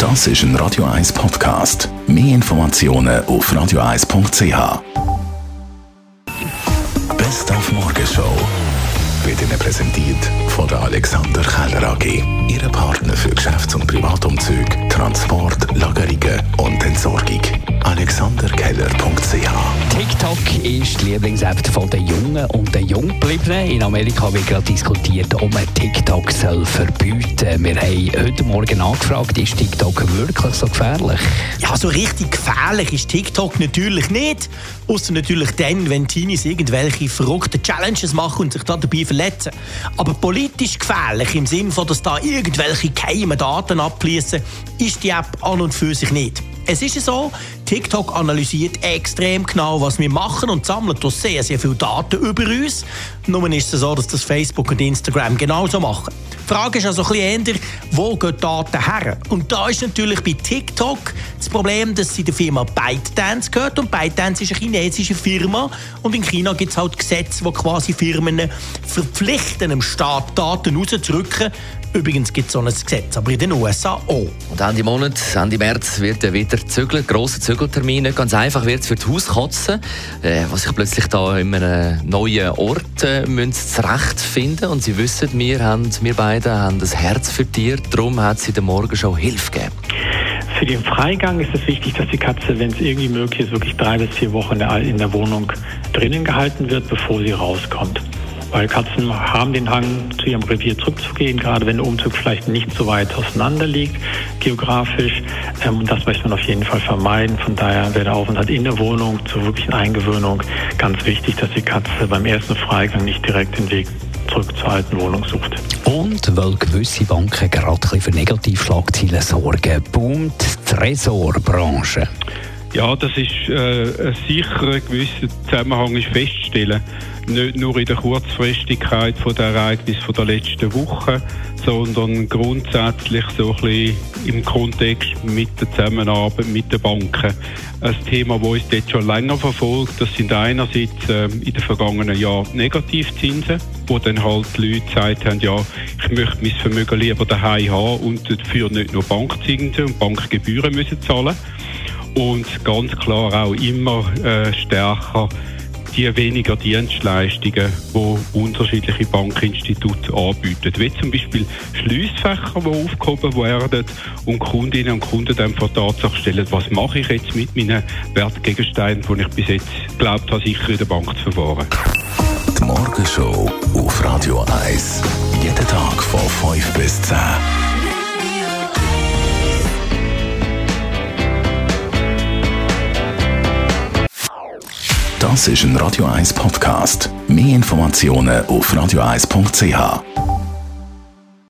Das ist ein Radio 1 Podcast. Mehr Informationen auf radio1.ch. Best auf Morgenshow wird Ihnen präsentiert von der Alexander Keller AG. Ihre Partner für Geschäfts- und Privatumzüge, Transport, Lagerungen und Entsorgung. alexanderkeller.ch. TikTok ist die Lieblings-App der Jungen und der Junggebliebenen. In Amerika wird gerade diskutiert, ob man TikTok soll verbieten. Wir haben heute Morgen angefragt, ist TikTok wirklich so gefährlich? Ja, so richtig gefährlich ist TikTok natürlich nicht. Ausser natürlich dann, wenn Teenies irgendwelche verrückten Challenges machen und sich dabei verletzen. Aber politisch gefährlich im Sinne von, dass da irgendwelche geheimen Daten abfließen, ist die App an und für sich nicht. Es ist so, TikTok analysiert extrem genau, was wir machen und sammelt sehr, sehr viele Daten über uns. Nur ist es so, dass das Facebook und Instagram genauso machen. Die Frage ist also ein bisschen eher, wo gehen die Daten her? Und da ist natürlich bei TikTok das Problem, dass sie der Firma ByteDance gehört. Und ByteDance ist eine chinesische Firma. Und in China gibt es halt Gesetze, die quasi Firmen verpflichten, dem Staat Daten rauszudrücken. Übrigens gibt es so ein Gesetz, aber in den USA auch. Und Ende März wird wieder zügeln, grosser Zügeltermin. Nicht ganz einfach wird es für die Hauskatzen, die sich plötzlich da in einem neuen Ort zurechtfinden. Und Sie wissen, wir beide haben ein Herz für Tiere, darum hat sie der Morgenshow Hilfe gegeben. Für den Freigang ist es wichtig, dass die Katze, wenn es irgendwie möglich ist, wirklich 3 bis 4 Wochen in der Wohnung drinnen gehalten wird, bevor sie rauskommt. Weil Katzen haben den Hang, zu ihrem Revier zurückzugehen, gerade wenn der Umzug vielleicht nicht so weit auseinander liegt, geografisch. Und das möchte man auf jeden Fall vermeiden. Von daher wäre der Aufenthalt in der Wohnung zur wirklichen Eingewöhnung ganz wichtig, dass die Katze beim ersten Freigang nicht direkt den Weg zurück zur alten Wohnung sucht. Und weil gewisse Banken gerade ein bisschen für Negativschlagzeilen sorgen, boomt die Tresorbranche. Ja, das ist sicher ein gewisser Zusammenhang ist festzustellen. Nicht nur in der Kurzfristigkeit der Ereignisse von der letzten Woche, sondern grundsätzlich so ein bisschen im Kontext mit der Zusammenarbeit mit den Banken. Ein Thema, das uns dort schon länger verfolgt, das sind einerseits in den vergangenen Jahren Negativzinsen, wo dann halt die Leute gesagt haben, ja, ich möchte mein Vermögen lieber daheim haben und dafür nicht nur Bankzinsen und Bankgebühren müssen zahlen. Und ganz klar auch immer stärker die weniger Dienstleistungen, die unterschiedliche Bankinstitute anbieten. Wie zum Beispiel Schliessfächer, die aufgehoben werden und Kundinnen und Kunden dann vor die Tatsache stellen, was mache ich jetzt mit meinen Wertgegenständen, die ich bis jetzt geglaubt habe, sicher in der Bank zu verwahren. Die Morgenshow auf Radio 1. Jeden Tag von 5 bis 10. Das ist ein Radio 1 Podcast. Mehr Informationen auf radio1.ch.